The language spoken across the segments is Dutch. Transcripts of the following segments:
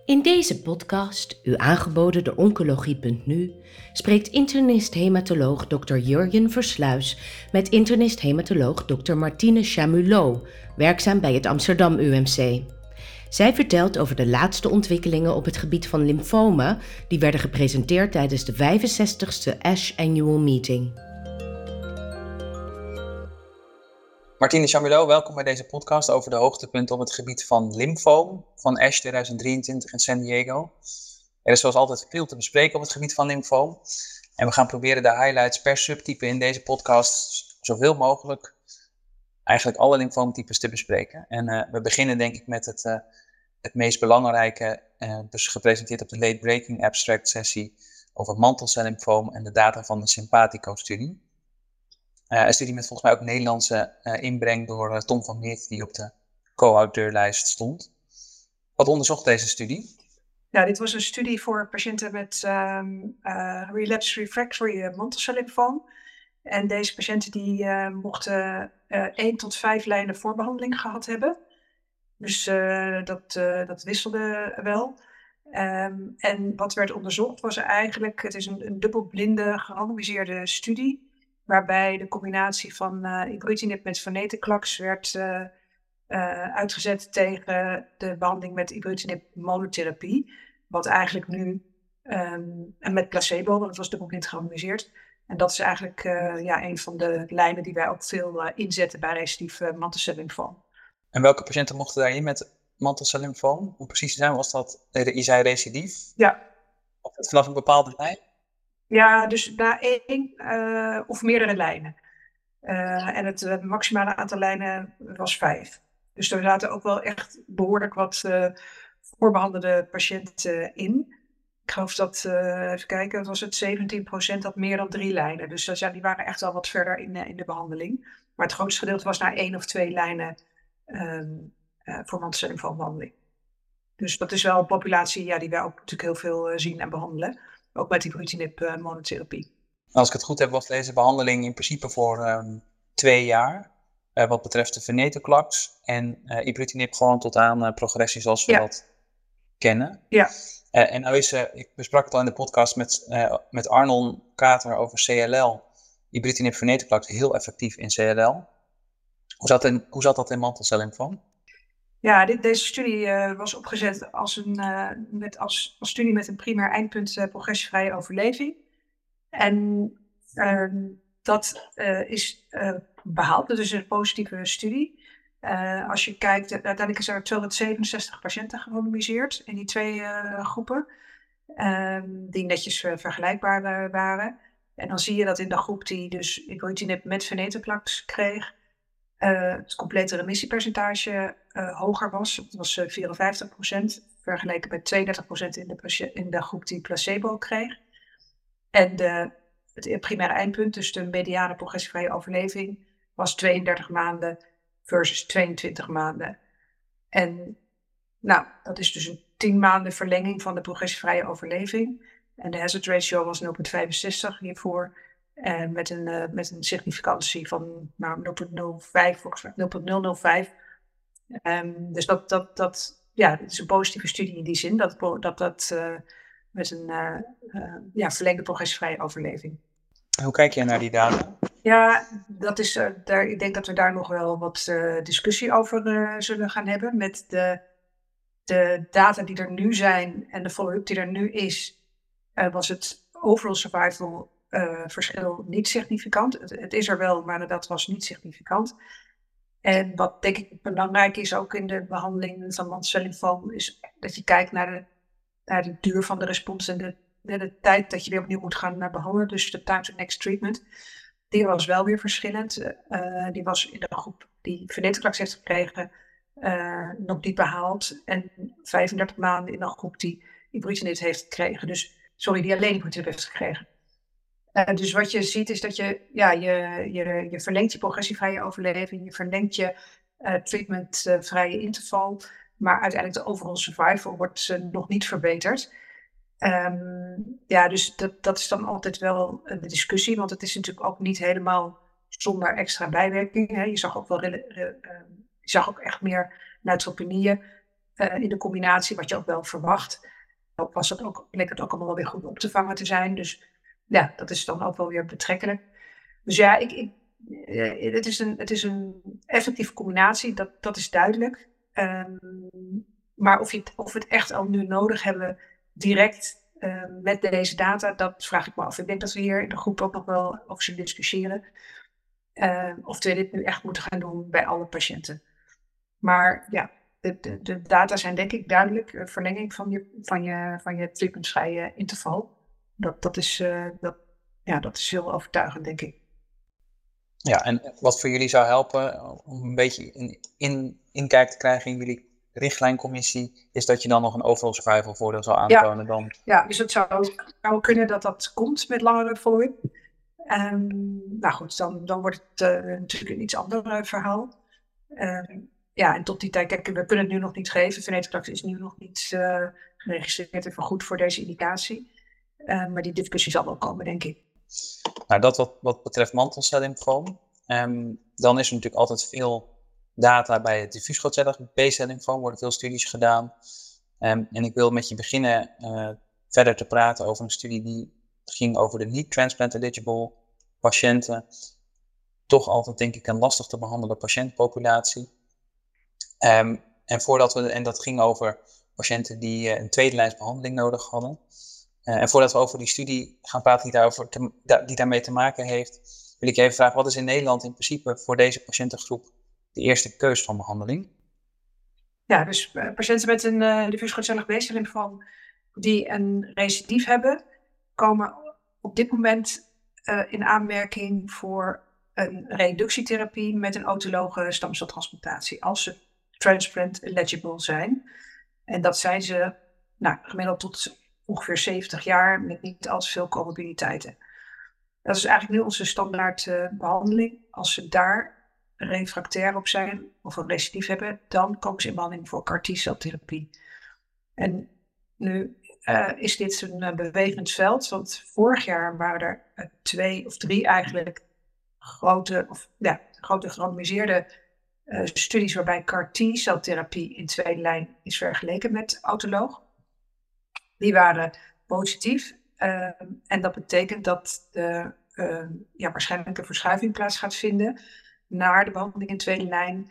In deze podcast, u aangeboden door Oncologie.nu, spreekt internist-hematoloog Dr. Jurjen Versluis met internist-hematoloog Dr. Martine Chamulot, werkzaam bij het Amsterdam UMC. Zij vertelt over de laatste ontwikkelingen op het gebied van lymfomen die werden gepresenteerd tijdens de 65ste ASH Annual Meeting. Martine Chamulot, welkom bij deze podcast over de hoogtepunten op het gebied van lymfoom van ASH 2023 in San Diego. Er is zoals altijd veel te bespreken op het gebied van lymfoom. En we gaan proberen de highlights per subtype in deze podcast zoveel mogelijk eigenlijk alle lymfoomtypes te bespreken. En we beginnen denk ik met het meest belangrijke, dus gepresenteerd op de late breaking abstract sessie over mantelcellymfoom en de data van de Simpatico-studie. Een studie met volgens mij ook Nederlandse inbreng door Tom van Meert, die op de co-auteurlijst stond. Wat onderzocht deze studie? Ja, dit was een studie voor patiënten met relapsed refractory mantelcellymfoom. En deze patiënten die mochten 1 tot 5 lijnen voorbehandeling gehad hebben. Dus dat wisselde wel. En wat werd onderzocht was eigenlijk, het is een dubbelblinde gerandomiseerde studie, waarbij de combinatie van ibrutinib met venetoclax werd uitgezet tegen de behandeling met ibrutinib monotherapie. Wat eigenlijk nu, en met placebo, want het was dubbelblind gerandomiseerd. En dat is eigenlijk een van de lijnen die wij ook veel inzetten bij recidief mantelcellymfoom. En welke patiënten mochten daarin met mantelcellymfoom? Hoe precies zijn was dat? Je zei recidief? Ja. Of het vanaf een bepaalde lijn? Ja, dus na 1 of meerdere lijnen. En het maximale aantal lijnen was 5. Dus er zaten ook wel echt behoorlijk wat voorbehandelde patiënten in. Ik geloof dat, even kijken, was het 17% had meer dan 3 lijnen. Dus die waren echt al wat verder in de behandeling. Maar het grootste gedeelte was na 1 of 2 lijnen voor mantelcellymfoombehandeling. Dus dat is wel een populatie die wij ook natuurlijk heel veel zien en behandelen. Ook met ibrutinib monotherapie. Als ik het goed heb, was deze behandeling in principe voor 2 jaar. Wat betreft de venetoclax en ibrutinib gewoon tot aan progressie zoals we dat kennen. Ja. En nou ik besprak het al in de podcast met Arnon Kater over CLL. Ibrutinib venetoclax heel effectief in CLL. Hoe zat dat in mantelcellymfoom? Ja, deze studie was opgezet als studie met een primair eindpunt progressievrije overleving. En dat is behaald. Dat is een positieve studie. Als je kijkt, uiteindelijk is er 267 patiënten gerandomiseerd in die 2 groepen. Die netjes vergelijkbaar waren. En dan zie je dat in de groep die dus ibrutinib met venetoclax kreeg, het complete remissiepercentage hoger was. Het was 54%, vergeleken met 32% in de groep die placebo kreeg. En het primaire eindpunt, dus de mediane progressievrije overleving, was 32 maanden versus 22 maanden. En nou, dat is dus een 10 maanden verlenging van de progressievrije overleving. En de hazard ratio was 0,65 hiervoor. Met een significantie van 0,05, volgens mij 0,005. Dus dit is een positieve studie in die zin, dat met een verlengde progressievrije overleving. Hoe kijk je naar die data? Ja, dat is, ik denk dat we daar nog wel wat discussie over zullen gaan hebben. Met de data die er nu zijn en de follow-up die er nu is, was het overall survival verschil niet significant. Het is er wel, maar dat was niet significant. En wat denk ik belangrijk is ook in de behandeling van mantelcellymfoom, is dat je kijkt naar de duur van de respons en de tijd dat je weer opnieuw moet gaan behandelen. Dus de time to next treatment. Die was wel weer verschillend. Die was in de groep die venetoclax heeft gekregen nog niet behaald. En 35 maanden in de groep die ibrutinib heeft gekregen. Die alleen ibrutinib heeft gekregen. Dus wat je ziet is dat je verlengt je progressievrije overleving, je verlengt je treatmentvrije interval, maar uiteindelijk de overall survival wordt nog niet verbeterd. Dus dat is dan altijd wel de discussie, want het is natuurlijk ook niet helemaal zonder extra bijwerkingen. Je zag ook echt meer neutropenie in de combinatie, wat je ook wel verwacht, bleek het ook allemaal wel weer goed op te vangen te zijn. Dus ja, dat is dan ook wel weer betrekkelijk. Dus ja, het is een effectieve combinatie, dat is duidelijk. Maar of we het echt al nu nodig hebben, direct met deze data, dat vraag ik me af. Ik denk dat we hier in de groep ook nog wel over zullen discussiëren. Of we dit nu echt moeten gaan doen bij alle patiënten. Maar ja, de data zijn denk ik duidelijk. Verlenging van je treatmentvrije interval. Dat is heel overtuigend, denk ik. Ja, en wat voor jullie zou helpen om een beetje inkijk te krijgen in jullie richtlijncommissie, is dat je dan nog een overall survival voordeel zou aantonen dan. Ja, dus het zou kunnen dat komt met langere follow-up. Nou goed, dan wordt het natuurlijk een iets ander verhaal. En tot die tijd, kijk, we kunnen het nu nog niet geven. Venetoclax is nu nog niet geregistreerd en vergoed voor deze indicatie. Maar die discussie zal wel komen, denk ik. Nou, dat wat betreft mantelcellymfoom. Dan is er natuurlijk altijd veel data bij het diffuus grootcellig B-cellymfoom. Er worden veel studies gedaan. En ik wil met je beginnen verder te praten over een studie die ging over de niet-transplant eligible patiënten. Toch altijd, denk ik, een lastig te behandelen patiëntpopulatie. En dat ging over patiënten die een tweede lijns behandeling nodig hadden. En voordat we over die studie gaan praten die daarmee te maken heeft, wil ik je even vragen, wat is in Nederland in principe voor deze patiëntengroep de eerste keus van behandeling? Ja, dus patiënten met een diffuus grootcellig B-cellymfoom die een recidief hebben, komen op dit moment in aanmerking voor een reductietherapie met een autologe stamceltransplantatie, als ze transplant eligible zijn. En dat zijn ze gemiddeld tot ongeveer 70 jaar met niet al te veel comorbiditeiten. Dat is eigenlijk nu onze standaard behandeling. Als ze daar refractair op zijn of een recidief hebben, dan komen ze in behandeling voor CAR T-celtherapie. En nu is dit een bewegend veld, want vorig jaar waren er 2 of 3 eigenlijk grote gerandomiseerde studies waarbij CAR T-celtherapie in tweede lijn is vergeleken met autoloog. Die waren positief en dat betekent dat waarschijnlijk een verschuiving plaats gaat vinden naar de behandeling in tweede lijn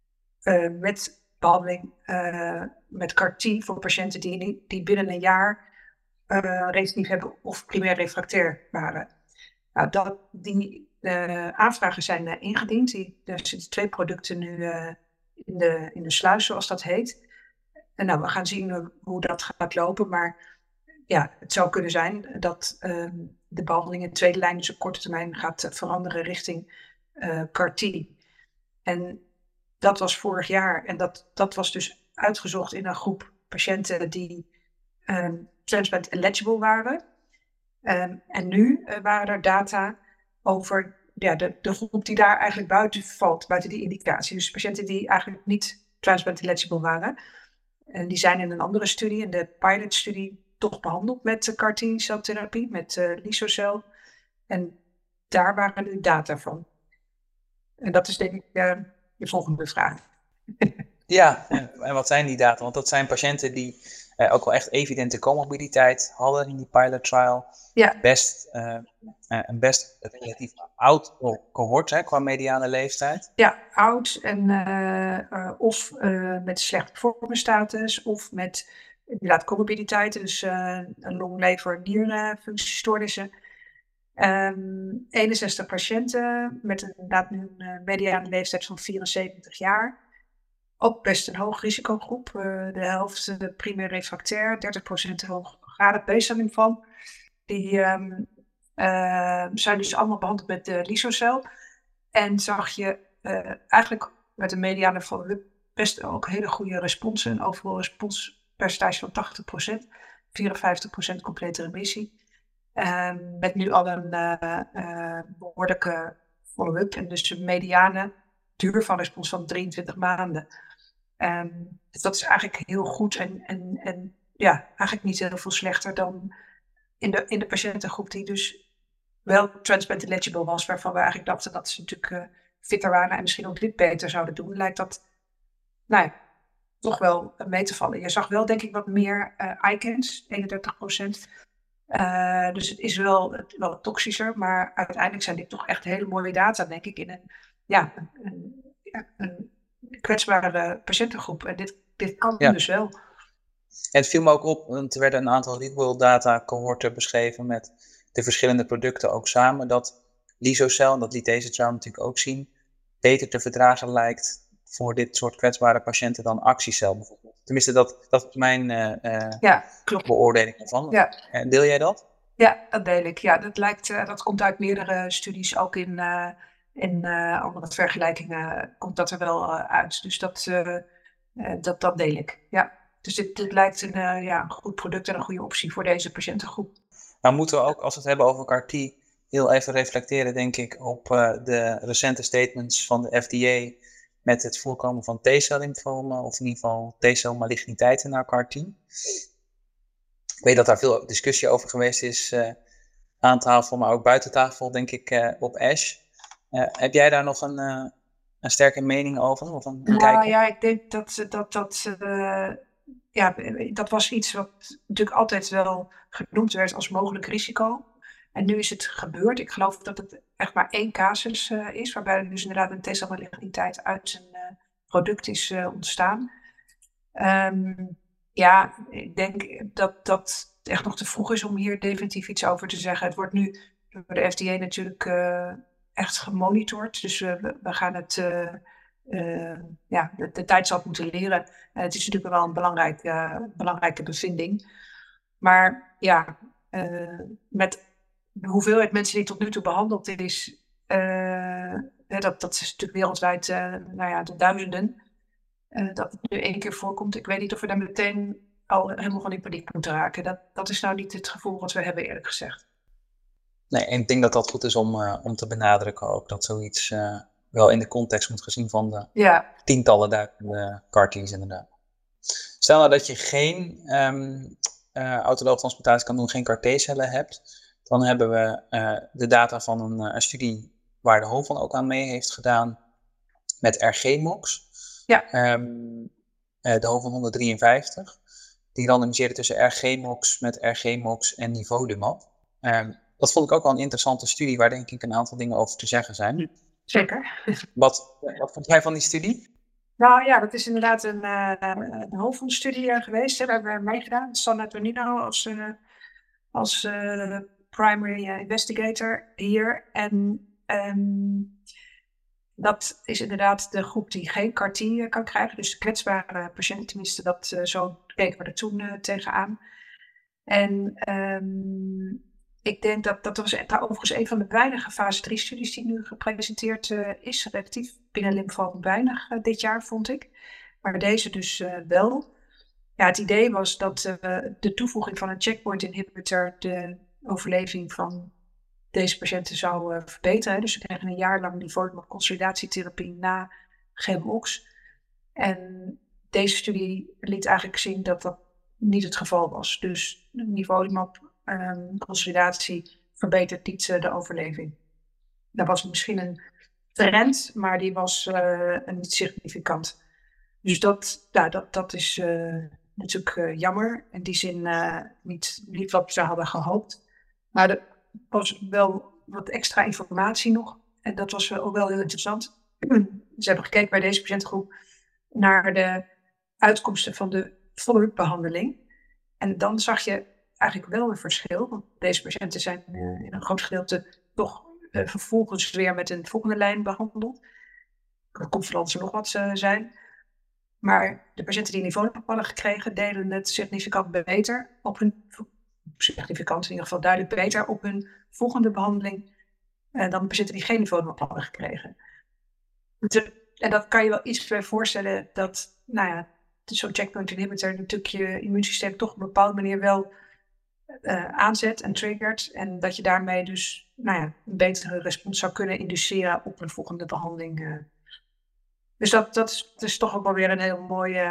met behandeling met CAR T voor patiënten die binnen een jaar recidief hebben of primair refractair waren. Nou, die aanvragen zijn ingediend. Er zitten 2 producten nu in de sluis, zoals dat heet. En we gaan zien hoe dat gaat lopen. Maar ja, het zou kunnen zijn dat de behandeling in tweede lijn dus op korte termijn gaat veranderen richting CAR T. En dat was vorig jaar. En dat was dus uitgezocht in een groep patiënten die transplant eligible waren. En nu waren er data over de groep die daar eigenlijk buiten valt, buiten die indicatie. Dus patiënten die eigenlijk niet transplant eligible waren. En die zijn in een andere studie, in de pilotstudie, toch behandeld met CAR T-celtherapie, met Lisocel. En daar waren nu data van. En dat is denk ik de volgende vraag. Ja, en wat zijn die data? Want dat zijn patiënten die ook wel echt evidente comorbiditeit hadden in die pilot trial. Ja. Een best relatief oud cohort qua mediane leeftijd. Ja, oud en of met slechte performance-status of met inderdaad comorbiditeiten, dus een long, lever, nierfunctiestoornissen. 61 patiënten met inderdaad nu een mediane leeftijd van 74 jaar. Ook best een hoog risicogroep. De helft primair refractair, 30% hooggradig B-cellymfoom. Die zijn dus allemaal behandeld met de Lisocel. En zag je eigenlijk met een mediane follow-up best ook hele goede responsen. Een overal responspercentage van 80%, 54% complete remissie. Met nu al een behoorlijke follow-up. En dus een mediane duur van respons van 23 maanden. Dus dat is eigenlijk heel goed en eigenlijk niet heel veel slechter dan in de patiëntengroep die dus wel transplant eligible was, waarvan we eigenlijk dachten dat ze natuurlijk fitter waren en misschien ook dit beter zouden doen. Lijkt dat toch wel mee te vallen. Je zag wel, denk ik, wat meer ICANS, 31%. Dus het is wel toxischer, maar uiteindelijk zijn dit toch echt hele mooie data, denk ik, in een kwetsbare patiëntengroep. En dit kan Ja. dus wel. En het viel me ook op, want er werden een aantal real-world data cohorten beschreven met de verschillende producten ook samen, dat Lysocel, en dat liet deze trial natuurlijk ook zien, beter te verdragen lijkt voor dit soort kwetsbare patiënten dan Axicel bijvoorbeeld. Tenminste, dat was mijn Klopt. beoordeling ervan. Ja. Deel jij dat? Ja, dat deel ik. Ja, dat komt uit meerdere studies, ook in andere vergelijkingen komt dat er wel uit. Dus dat deel ik. Ja. Dus dit lijkt een goed product en een goede optie voor deze patiëntengroep. Nou moeten we ook, als we het hebben over CAR-T, heel even reflecteren, denk ik, op de recente statements van de FDA met het voorkomen van T-cel lymfomen, of in ieder geval T-cel maligniteiten na CAR-T. Ik weet dat daar veel discussie over geweest is aan tafel, maar ook buiten tafel, denk ik, op ASH. Heb jij daar nog een sterke mening over? Of een kijk op? Ja, ik denk dat was iets wat natuurlijk altijd wel genoemd werd als mogelijk risico. En nu is het gebeurd. Ik geloof dat het echt maar 1 casus is, waarbij er dus inderdaad een T-cel maligniteit uit een product is ontstaan. Ik denk dat het echt nog te vroeg is om hier definitief iets over te zeggen. Het wordt nu door de FDA natuurlijk echt gemonitord. Dus we gaan het... de tijd zal het moeten leren. Het is natuurlijk wel een belangrijke bevinding. Maar met de hoeveelheid mensen die tot nu toe behandeld is, dat is natuurlijk wereldwijd de duizenden. Dat het nu 1 keer voorkomt. Ik weet niet of we daar meteen al helemaal van in paniek moeten raken. Dat is nou niet het gevoel wat we hebben, eerlijk gezegd. Nee, en ik denk dat dat goed is om te benadrukken ook, dat zoiets wel in de context moet gezien van de tientallen duizenden CAR-T's inderdaad. Stel nou dat je geen autoloog transplantatie kan doen, geen CAR-T-cellen hebt, dan hebben we de data van een studie waar de HOVON ook aan mee heeft gedaan met RG-MOX. Ja. De HOVON 153. Die randomiseerde tussen RG-MOX met RG-MOX en nivolumab. Dat vond ik ook wel een interessante studie waar denk ik een aantal dingen over te zeggen zijn. Zeker. Wat vond jij van die studie? Nou ja, dat is inderdaad een HOVON-studie geweest. Daar hebben we meegedaan. San Antonino als primary investigator hier. En dat is inderdaad de groep die geen CAR-T kan krijgen. Dus de kwetsbare patiënten, tenminste, zo keken we er toen tegenaan. En ik denk dat was overigens een van de weinige fase 3 studies die nu gepresenteerd is. Relatief binnen lymfoom weinig dit jaar, vond ik. Maar deze dus wel. Ja, het idee was dat de toevoeging van een checkpoint inhibitor de overleving van deze patiënten zou verbeteren. Dus ze kregen een jaar lang nivolumab consolidatietherapie na GEMOX. En deze studie liet eigenlijk zien dat dat niet het geval was. Dus nivolumab consolidatie verbetert niet de overleving. Dat was misschien een trend, maar die was niet significant. Dus dat is natuurlijk jammer. In die zin niet wat ze hadden gehoopt. Maar er was wel wat extra informatie nog. En dat was ook wel heel interessant. Ze hebben gekeken bij deze patiëntengroep naar de uitkomsten van de follow-up behandeling. En dan zag je eigenlijk wel een verschil. Want deze patiënten zijn in een groot gedeelte toch vervolgens weer met een volgende lijn behandeld. Dat komt van alles nog wat zijn. Maar de patiënten die nivolumab hadden gekregen, deden het significant beter op hun, significant in ieder geval duidelijk beter op hun volgende behandeling dan de patiënten die geen nivolumab hadden gekregen. En dat kan je wel iets bij voorstellen dat, zo'n checkpoint inhibitor natuurlijk je immuunsysteem toch op een bepaalde manier wel aanzet en triggert. En dat je daarmee dus een betere respons zou kunnen induceren op een volgende behandeling. Dus dat is toch ook wel weer een heel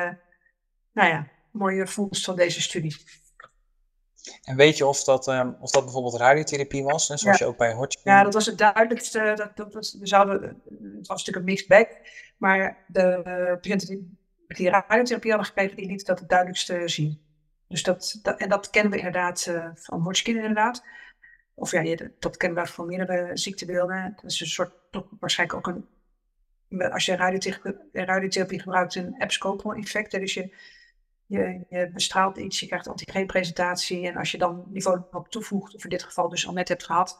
mooie vondst van deze studie. En weet je of dat bijvoorbeeld radiotherapie was, zoals je ook bij Hodgkin... Ja, dat was het duidelijkste. Het was natuurlijk een mixed bag. Maar de patiënten die radiotherapie hadden gekregen, die lieten dat het duidelijkste zien. Dus dat kennen we inderdaad van Hodgkin inderdaad. Of ja, dat kennen we van meerdere ziektebeelden. Dat is een soort, toch waarschijnlijk ook als je radiotherapie gebruikt, een abscopal effect. Dus je bestraalt iets, je krijgt antigeenpresentatie. En als je dan niveau ook toevoegt, of in dit geval dus al net hebt gehad,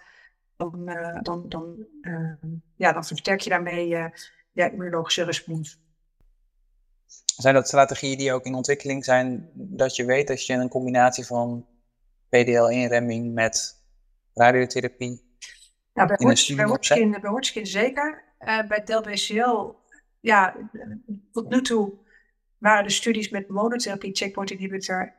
dan versterk je daarmee je immunologische respons. Zijn dat strategieën die ook in ontwikkeling zijn, dat je weet dat je een combinatie van PDL1-remming met radiotherapie in een studie opzet? Bij Hodgkin zeker. Bij DLBCL, tot nu toe waren de studies met monotherapie, checkpoint inhibitor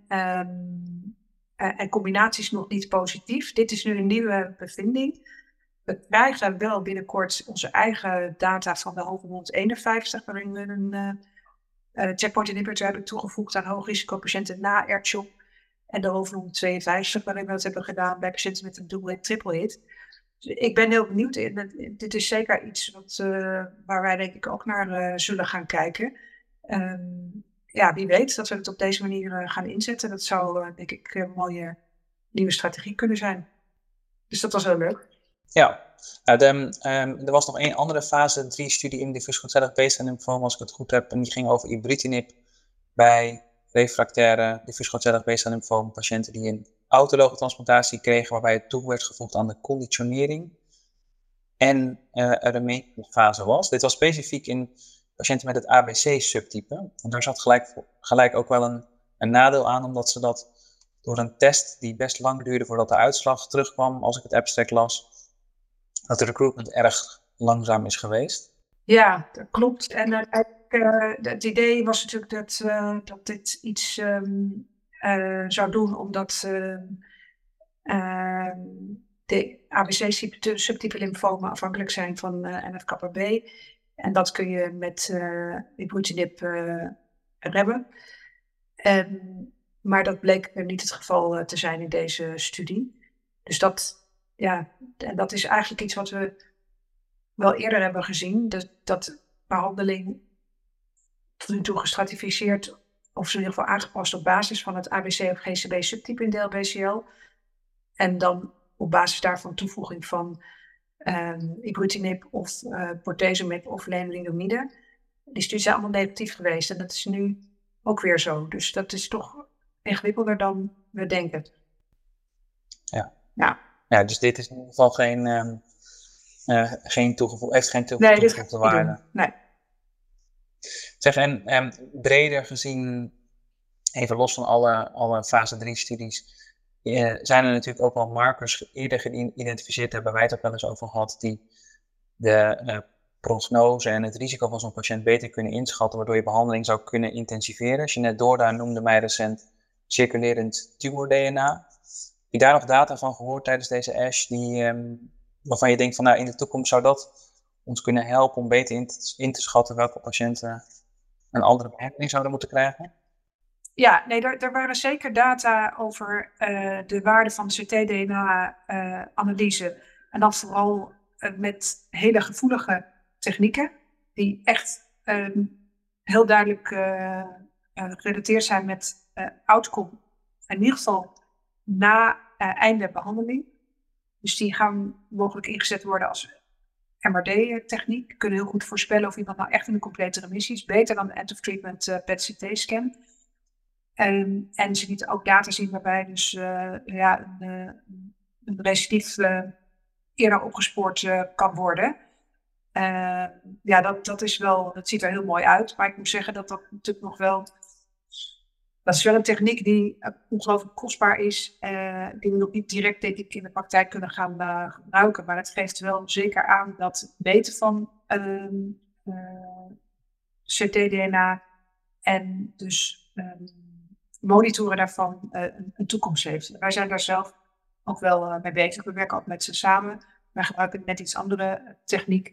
en combinaties nog niet positief. Dit is nu een nieuwe bevinding. We krijgen wel binnenkort onze eigen data van de HOVE 151, waarin we een checkpoint inhibitor hebben toegevoegd aan hoogrisicopatiënten na R-CHOP. En de HOVE 152, waarin we dat hebben gedaan bij patiënten met een dual-hit, triple-hit. Dus ik ben heel benieuwd. Dit is zeker iets waar wij denk ik ook naar zullen gaan kijken. Wie weet dat we het op deze manier gaan inzetten. Dat zou denk ik een mooie nieuwe strategie kunnen zijn. Dus dat was heel leuk. Ja, er was nog één andere fase 3-studie in diffuus grootcellig B-cel-lymfoom, als ik het goed heb. En die ging over ibrutinib bij refractaire diffuus grootcellig B-cel-lymfoom patiënten die een autologe transplantatie kregen, waarbij het toe werd gevoegd aan de conditionering en er een maintenance was. Dit was specifiek in patiënten met het ABC-subtype. En daar zat gelijk ook wel een nadeel aan, omdat ze dat door een test die best lang duurde voordat de uitslag terugkwam, als ik het abstract las, dat de recruitment erg langzaam is geweest. Ja, dat klopt. En het idee was natuurlijk dat dit iets zou doen, omdat de ABC-subtype lymfomen afhankelijk zijn van NF-κB. En dat kun je met ibrutinib remmen. Maar dat bleek niet het geval te zijn in deze studie. Dus dat is eigenlijk iets wat we wel eerder hebben gezien. Dat behandeling tot nu toe gestratificeerd, of in ieder geval aangepast op basis van het ABC of GCB subtype in DLBCL. En dan op basis daarvan toevoeging van ibrutinib of bortezomib of lenalidomide. Die studies zijn allemaal negatief geweest en dat is nu ook weer zo. Dus dat is toch ingewikkelder dan we denken. Ja, dus dit is in ieder geval geen toegevoegde waarde. Nee. Zeg, en breder gezien, even los van alle fase 3 studies, zijn er natuurlijk ook wel markers eerder geïdentificeerd, hebben wij het ook wel eens over gehad, die de prognose en het risico van zo'n patiënt beter kunnen inschatten, waardoor je behandeling zou kunnen intensiveren. Jeanette Doorda noemde mij recent circulerend tumor-DNA. Heb je daar nog data van gehoord tijdens deze ASH, waarvan je denkt van in de toekomst zou dat ons kunnen helpen om beter in te schatten welke patiënten een andere behandeling zouden moeten krijgen? Ja, nee, er waren zeker data over de waarde van ctDNA-analyse. En dan vooral met hele gevoelige technieken, die echt heel duidelijk gerelateerd zijn met outcome. In ieder geval na einde behandeling. Dus die gaan mogelijk ingezet worden als MRD-techniek. Kunnen heel goed voorspellen of iemand nou echt in een complete remissie is. Beter dan de end-of-treatment PET-CT-scan. En ze lieten ook data zien waarbij dus een recidief eerder opgespoord kan worden. Dat is wel, dat ziet er heel mooi uit. Maar ik moet zeggen dat natuurlijk nog wel. Dat is wel een techniek die ongelooflijk kostbaar is. Die we nog niet direct denk ik in de praktijk kunnen gaan gebruiken. Maar het geeft wel zeker aan dat het meten van ctDNA en dus monitoren daarvan een toekomst heeft. Wij zijn daar zelf ook wel mee bezig. We werken ook met ze samen. Wij gebruiken net iets andere techniek.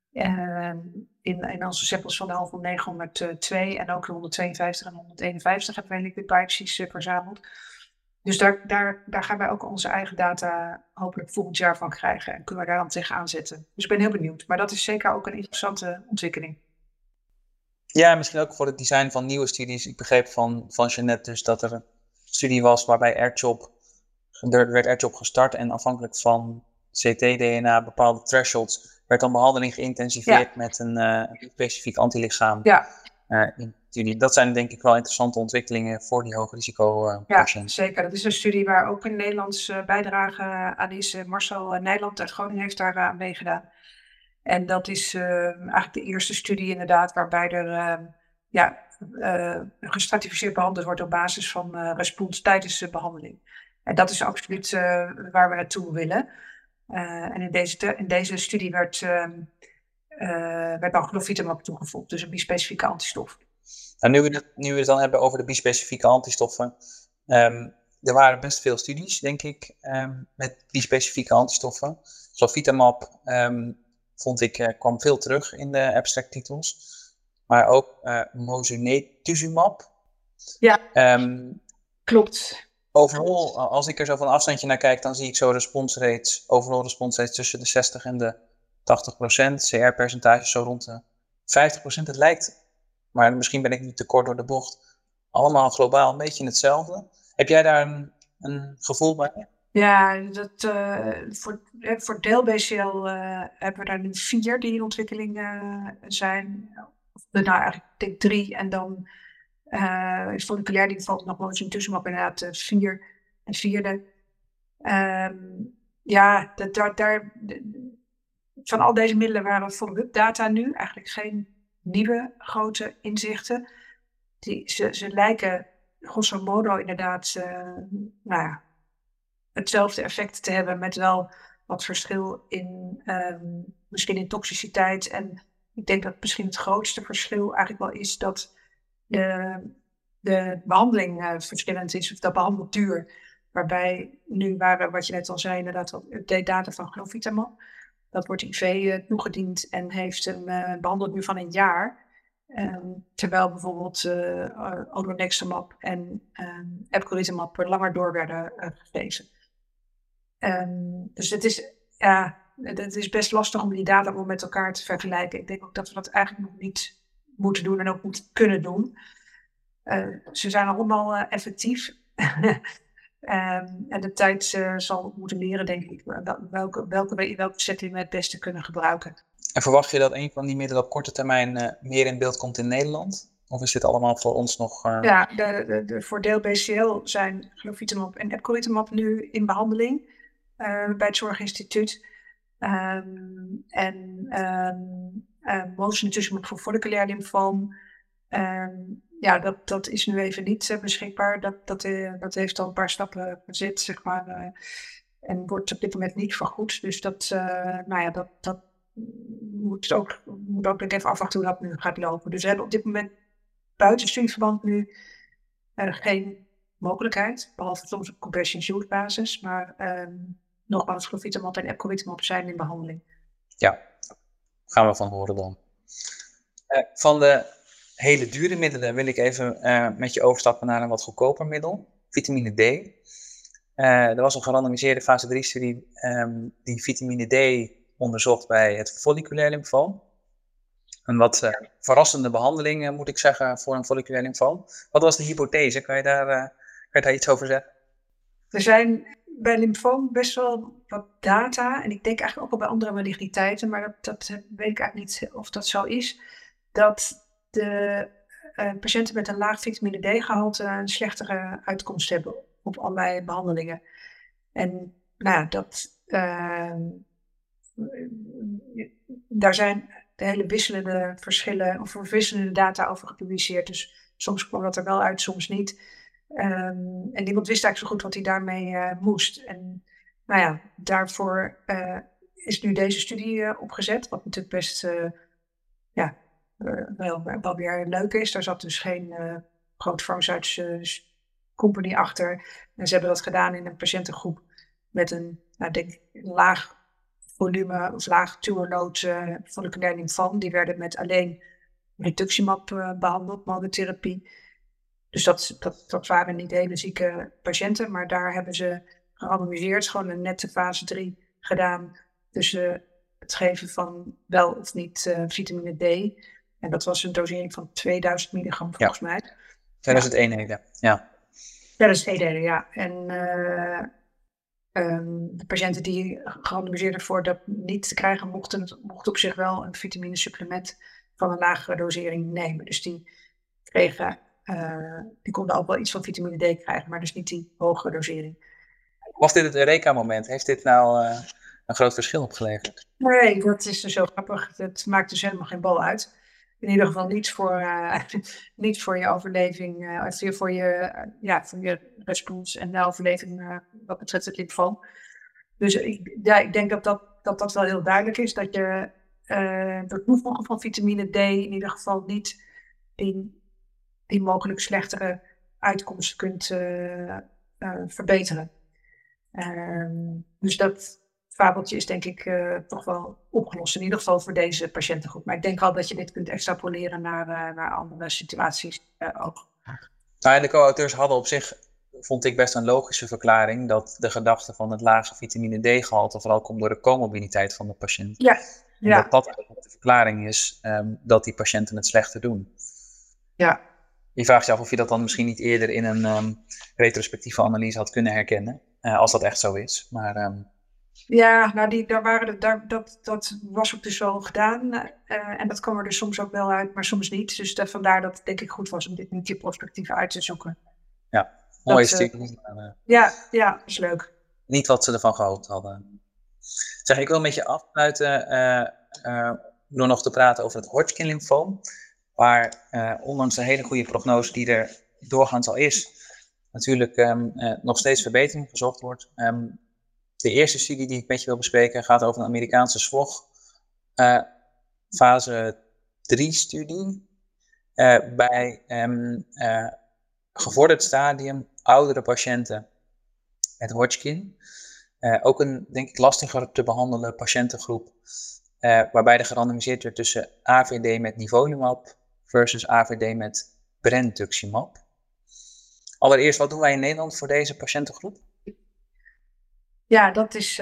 In onze samples van de HOVE 902 en ook de 152 en 151 hebben wij liquid biopsies verzameld. Dus daar gaan wij ook onze eigen data hopelijk volgend jaar van krijgen en kunnen we daar dan tegenaan zetten. Dus ik ben heel benieuwd. Maar dat is zeker ook een interessante ontwikkeling. Ja, misschien ook voor het design van nieuwe studies. Ik begreep van Jeannette dus dat er een studie was waarbij er werd AirChop gestart en afhankelijk van CT-DNA, bepaalde thresholds, werd dan behandeling geïntensiveerd met een specifiek antilichaam. Ja. In studie. Dat zijn denk ik wel interessante ontwikkelingen voor die hoogrisico patiënten. Ja, zeker. Dat is een studie waar ook een Nederlandse bijdrage aan is. Marcel Nijland uit Groningen heeft daar aan meegedaan. En dat is eigenlijk de eerste studie inderdaad waarbij er gestratificeerd behandeld wordt op basis van respons tijdens de behandeling. En dat is absoluut waar we naartoe willen. En in deze studie werd dan glofitamab toegevoegd, dus een bispecifieke antistof. En nu we het dan hebben over de bispecifieke antistoffen. Er waren best veel studies, denk ik, met bispecifieke antistoffen. Glofitamab vond ik kwam veel terug in de abstract titels. Maar ook mosunetuzumab. Ja, klopt. Overal, als ik er zo van afstandje naar kijk, dan zie ik zo overal response rates tussen de 60 en de 80%. CR-percentages zo rond de 50%. Het lijkt, maar misschien ben ik nu te kort door de bocht, allemaal globaal een beetje hetzelfde. Heb jij daar een gevoel bij? Ja, voor deel-BCL hebben we daar nu 4 die in ontwikkeling zijn. Eigenlijk denk ik 3 en dan is folliculair die valt nog mosunetuzumab inderdaad 4 en 4e. Van al deze middelen waren follow-up data nu eigenlijk geen nieuwe grote inzichten. Ze lijken grosso modo inderdaad hetzelfde effect te hebben met wel wat verschil in misschien in toxiciteit. En ik denk dat misschien het grootste verschil eigenlijk wel is dat de behandeling verschillend is, of de behandelduur. Waarbij nu waren, wat je net al zei, inderdaad wat update data van glofitamab. Dat wordt IV toegediend en heeft een behandelduur van 1 jaar. Terwijl bijvoorbeeld odronextamab en epcoritamab langer door werden gegeven. Dus het is best lastig om die data met elkaar te vergelijken. Ik denk ook dat we dat eigenlijk nog niet moeten doen en ook moeten kunnen doen. Ze zijn allemaal effectief. En de tijd zal moeten leren, denk ik, welke setting we het beste kunnen gebruiken. En verwacht je dat een van die middelen op korte termijn meer in beeld komt in Nederland? Of is dit allemaal voor ons nog... Ja, voor deel BCL zijn glofitamab en epcoritamab nu in behandeling bij het Zorginstituut. Mosunetuzumab voor folliculair lymfoom. Dat is nu even niet beschikbaar. Dat heeft al een paar stappen gezet, zeg maar. En wordt op dit moment niet vergoed. Dus dat moet ook even afwachten hoe dat nu gaat lopen. Dus we hebben op dit moment buiten studieverband nu geen mogelijkheid. Behalve soms op compassion use basis. Maar nogmaals, glofitamab en epcoritamab zijn in behandeling. Ja, gaan we van horen dan. Van de hele dure middelen wil ik even met je overstappen naar een wat goedkoper middel. Vitamine D. Er was een gerandomiseerde fase 3-studie die vitamine D onderzocht bij het folliculair lymfoom. Een wat verrassende behandeling, moet ik zeggen, voor een folliculair lymfoom. Wat was de hypothese? Kan je daar iets over zeggen? Er zijn bij lymfoom best wel wat data, en ik denk eigenlijk ook al bij andere maligniteiten, maar dat weet ik eigenlijk niet of dat zo is, dat de patiënten met een laag vitamine D-gehalte een slechtere uitkomst hebben op allerlei behandelingen. En daar zijn de hele wisselende verschillen of wisselende data over gepubliceerd. Dus soms kwam dat er wel uit, soms niet. En niemand wist eigenlijk zo goed wat hij daarmee moest. En daarvoor is nu deze studie opgezet, wat natuurlijk best wel weer leuk is. Daar zat dus geen grote farmaceutische company achter. En ze hebben dat gedaan in een patiëntengroep met een, laag volume of laag tumorload folliculair lymfoom. Die werden met alleen rituximab behandeld, monotherapie. Dus dat waren niet hele zieke patiënten, maar daar hebben ze gerandomiseerd, gewoon een nette fase 3 gedaan tussen het geven van wel of niet vitamine D. En dat was een dosering van 2000 milligram volgens mij. 2001 heden, ja. Ja, dat is 2 delen, ja. En de patiënten die gerandomiseerd ervoor dat niet te krijgen, mochten op zich wel een vitaminesupplement van een lagere dosering nemen. Dus die konden ook wel iets van vitamine D krijgen, maar dus niet die hogere dosering. Was dit het Eureka-moment? Heeft dit nou een groot verschil opgeleverd? Nee, dat is dus zo grappig. Het maakt dus helemaal geen bal uit. In ieder geval niet voor je overleving, voor je respons en de overleving wat betreft het lymfoom. Dus ik denk dat wel heel duidelijk is, dat je door het toevoegen van vitamine D in ieder geval niet die mogelijk slechtere uitkomst kunt verbeteren. Dus dat fabeltje is denk ik toch wel opgelost, in ieder geval voor deze patiëntengroep. Maar ik denk wel dat je dit kunt extrapoleren naar andere situaties ook. Nou, de co-auteurs hadden op zich, vond ik, best een logische verklaring dat de gedachte van het lage vitamine D-gehalte vooral komt door de comorbiditeit van de patiënt. Ja. En dat eigenlijk de verklaring is dat die patiënten het slechter doen. Ja. Je vraagt je af of je dat dan misschien niet eerder in een retrospectieve analyse had kunnen herkennen, als dat echt zo is. Maar ja, nou dat was ook dus wel gedaan. En dat kwam er dus soms ook wel uit, maar soms niet. Dus vandaar dat het denk ik goed was om dit niet prospectief uit te zoeken. Ja, mooi studie. Ja, dat is leuk. Niet wat ze ervan gehoopt hadden. Zeg, ik wil een beetje afsluiten door nog te praten over het Hodgkin-lymfoom. Waar ondanks de hele goede prognose die er doorgaans al is, natuurlijk nog steeds verbetering gezocht wordt. De eerste studie die ik met je wil bespreken gaat over een Amerikaanse SWOG fase 3 studie bij gevorderd stadium oudere patiënten met Hodgkin. Ook een, denk ik, lastiger te behandelen patiëntengroep, waarbij er gerandomiseerd werd tussen AVD met nivolumab versus AVD met brentuximab. Allereerst, wat doen wij in Nederland voor deze patiëntengroep? Ja, dat is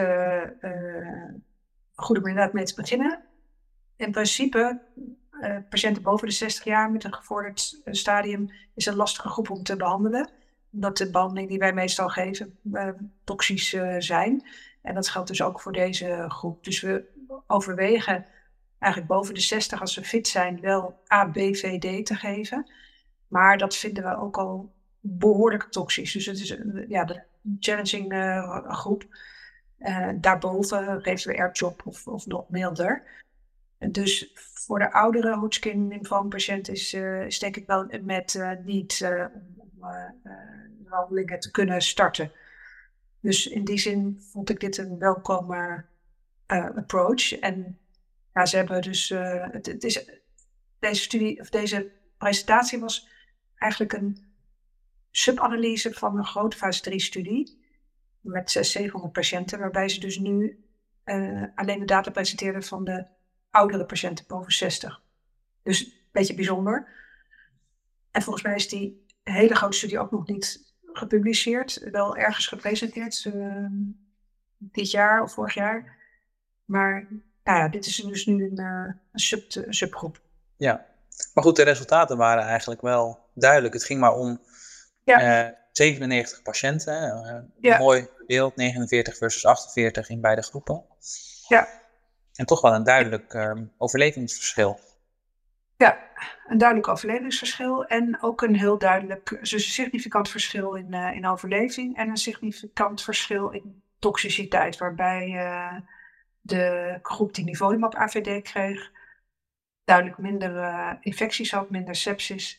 goed om inderdaad mee te beginnen. In principe, patiënten boven de 60 jaar met een gevorderd stadium is een lastige groep om te behandelen. Omdat de behandeling die wij meestal geven toxisch zijn. En dat geldt dus ook voor deze groep. Dus we overwegen eigenlijk boven de 60, als ze fit zijn, wel ABVD te geven. Maar dat vinden we ook al behoorlijk toxisch. Dus het is de challenging groep. Daarboven geven we R-CHOP of nog milder. Dus voor de oudere Hodgkin-lymfoompatiënt is denk ik wel met niet om behandelingen te kunnen starten. Dus in die zin vond ik dit een welkome approach. En ja, ze hebben dus deze studie of deze presentatie was eigenlijk een subanalyse van een grote fase 3 studie met 700 patiënten, waarbij ze dus nu alleen de data presenteerden van de oudere patiënten boven 60. Dus een beetje bijzonder. En volgens mij is die hele grote studie ook nog niet gepubliceerd, wel ergens gepresenteerd dit jaar of vorig jaar. Maar dit is dus nu een subgroep. Ja, maar goed, de resultaten waren eigenlijk wel duidelijk. Het ging maar om 97 patiënten. Mooi beeld, 49 versus 48 in beide groepen. Ja. En toch wel een duidelijk overlevingsverschil. Ja, een duidelijk overlevingsverschil en ook een heel duidelijk, dus een significant verschil in overleving en een significant verschil in toxiciteit, waarbij de groep die nivolumab AVD kreeg duidelijk minder infecties had, minder sepsis.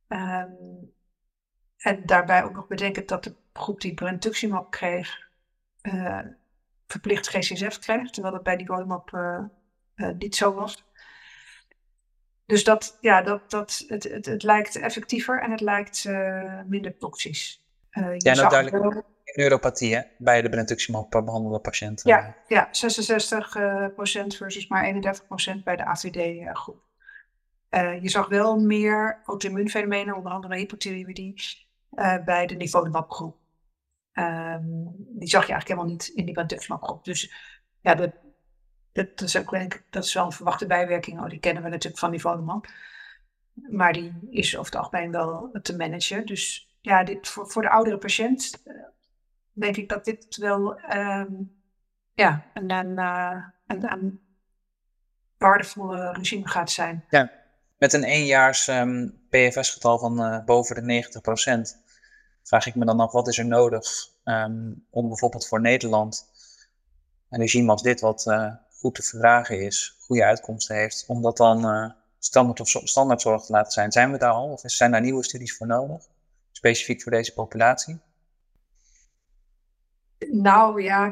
En daarbij ook nog bedenkend dat de groep die brentuximab kreeg verplicht G-CSF kreeg, terwijl dat bij nivolumab niet zo was. Dus het lijkt effectiever en het lijkt minder toxisch. Duidelijk neuropathie bij de brentuximab behandelde patiënten. Ja, 66% versus maar 31% bij de AVD-groep. Je zag wel meer auto-immuunfenomenen, onder andere hypothyreïdie, bij de nivolumab-groep. Die zag je eigenlijk helemaal niet in die brentuximab-groep. Dus ja, Dat is ook, denk ik, dat is wel een verwachte bijwerking. Die kennen we natuurlijk van nivolumab. Maar die is over het algemeen wel te managen. Dus ja, dit voor de oudere patiënt denk ik dat dit wel een waardevolle regime gaat zijn. Ja, met een 1-jaars PFS-getal van boven de 90%. Vraag ik me dan af, wat is er nodig om bijvoorbeeld voor Nederland een regime als dit, wat goed te verdragen is, goede uitkomsten heeft, om dat dan standaardzorg te laten zijn. Zijn we daar al? Of zijn daar nieuwe studies voor nodig? Specifiek voor deze populatie? Nou ja,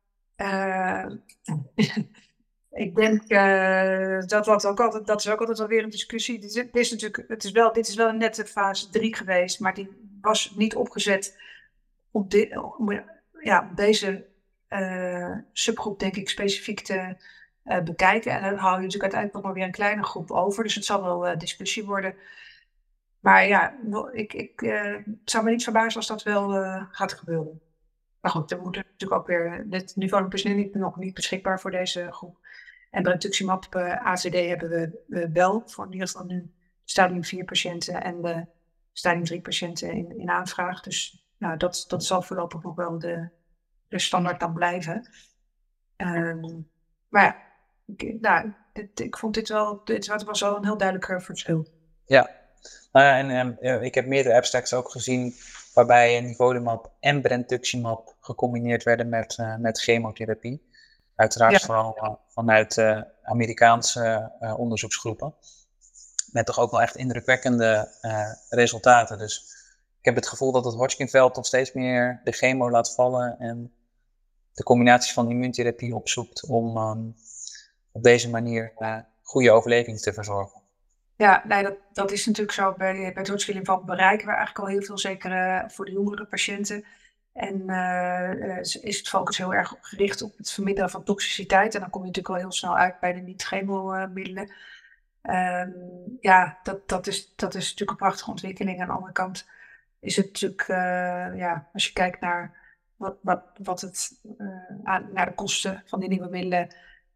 ik denk dat is ook altijd wel weer een discussie. Dit is wel een nette fase 3 geweest, maar die was niet opgezet om deze subgroep, denk ik, specifiek te bekijken. En dan hou je natuurlijk uiteindelijk nog maar weer een kleine groep over. Dus het zal wel discussie worden. Maar ja, het zou me niet verbazen als dat wel gaat gebeuren. Maar goed, er moet natuurlijk ook weer... Dit nivolumab is nog niet beschikbaar voor deze groep. En brentuximab ACD hebben we wel voor in ieder geval nu stadium 4 patiënten en de stadium 3 patiënten in aanvraag. Dus nou, dat zal voorlopig nog wel de standaard dan blijven. Maar ja, ik vond dit was wel een heel duidelijk verschil. Ja, ik heb meerdere abstracts ook gezien waarbij nivolumab en brentuximab gecombineerd werden met chemotherapie. Uiteraard vooral vanuit Amerikaanse onderzoeksgroepen. Met toch ook wel echt indrukwekkende resultaten. Dus ik heb het gevoel dat het Hodgkinveld toch steeds meer de chemo laat vallen en de combinaties van immuuntherapie opzoekt om op deze manier goede overleving te verzorgen. Ja, nee, dat is natuurlijk zo. Bij het Hodgkin-lymfoom bereiken we eigenlijk al heel veel, zeker voor de jongere patiënten. En is het focus heel erg gericht op het verminderen van toxiciteit. En dan kom je natuurlijk wel heel snel uit bij de niet-chemomiddelen. Dat is natuurlijk een prachtige ontwikkeling. Aan de andere kant is het natuurlijk, als je kijkt naar wat het naar de kosten van die nieuwe middelen.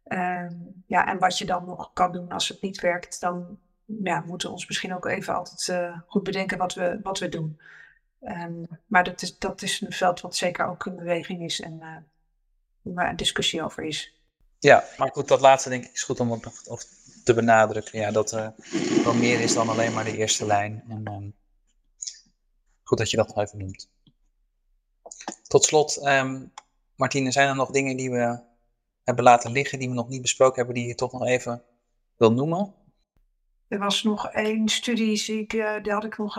En wat je dan nog kan doen als het niet werkt, dan moeten we ons misschien ook even altijd goed bedenken wat we doen. Maar dat is een veld wat zeker ook in beweging is en waar een discussie over is. Ja, maar goed, dat laatste denk ik is goed om te benadrukken. Ja, dat wel meer is dan alleen maar de eerste lijn. En goed dat je dat nog even noemt. Tot slot, Martine, zijn er nog dingen die we hebben laten liggen, die we nog niet besproken hebben, die je toch nog even wil noemen? Er was nog één studie, die had ik nog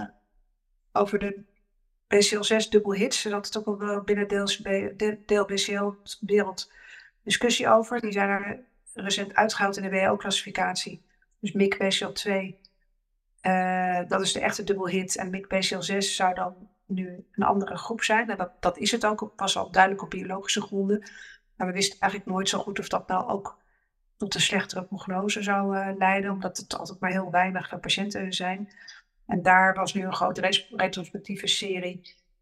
over de BCL6 dubbel hits. Dat is ook wel binnen deel BCL-wereld discussie over. Die zijn er recent uitgehaald in de WHO-classificatie. Dus MIC BCL2, dat is de echte dubbel hit. En MIC BCL6 zou dan nu een andere groep zijn. En dat is het ook, was al duidelijk op biologische gronden. Maar we wisten eigenlijk nooit zo goed of dat nou ook tot een slechtere prognose zou leiden, omdat het altijd maar heel weinig patiënten zijn. En daar was nu een grote retrospectieve serie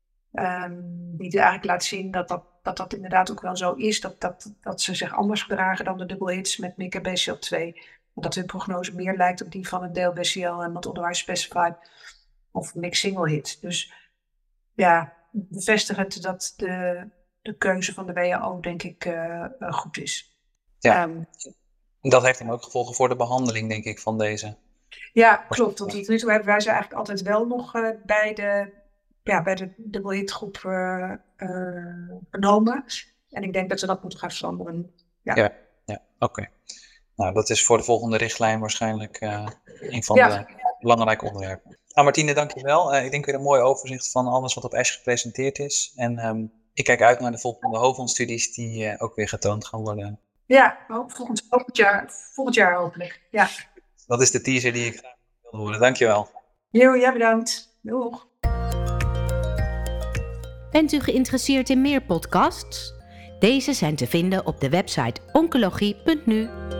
die eigenlijk laat zien dat inderdaad ook wel zo is, dat ze zich anders gedragen dan de double hits met MIC en BCL2. Dat hun prognose meer lijkt op die van het deel BCL en not otherwise specified of MIC single hit. Dus ja, bevestigend dat de keuze van de WHO denk ik goed is. Ja, dat heeft dan ook gevolgen voor de behandeling, denk ik, van deze. Ja, klopt. Tot nu toe hebben wij ze eigenlijk altijd wel nog bij de double hit groep genomen. En ik denk dat ze dat moeten gaan veranderen. Ja, oké. Nou, dat is voor de volgende richtlijn waarschijnlijk een van de belangrijke onderwerpen. Martine, dankjewel. Ik denk weer een mooi overzicht van alles wat op ASH gepresenteerd is. En ik kijk uit naar de volgende HOVON-studies die ook weer getoond gaan worden. Ja, volgend jaar hopelijk. Ja. Dat is de teaser die ik graag wil horen. Dankjewel. Jij bedankt. Doeg. Bent u geïnteresseerd in meer podcasts? Deze zijn te vinden op de website oncologie.nu.